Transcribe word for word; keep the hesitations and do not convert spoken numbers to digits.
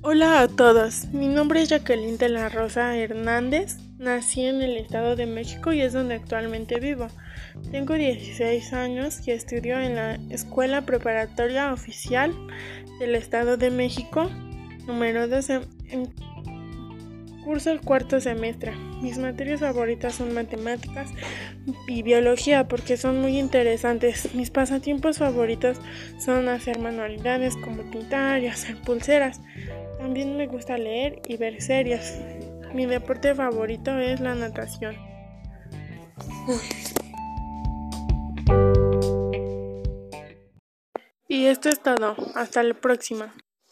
Hola a todos, mi nombre es Jacqueline de la Rosa Hernández, nací en el Estado de México y es donde actualmente vivo. Tengo dieciséis años y estudio en la Escuela Preparatoria Oficial del Estado de México, número dos, en, en curso el cuarto semestre. Mis materias favoritas son matemáticas y biología porque son muy interesantes. Mis pasatiempos favoritos son hacer manualidades como pintar y hacer pulseras. También me gusta leer y ver series. Mi deporte favorito es la natación. Y esto es todo. Hasta la próxima.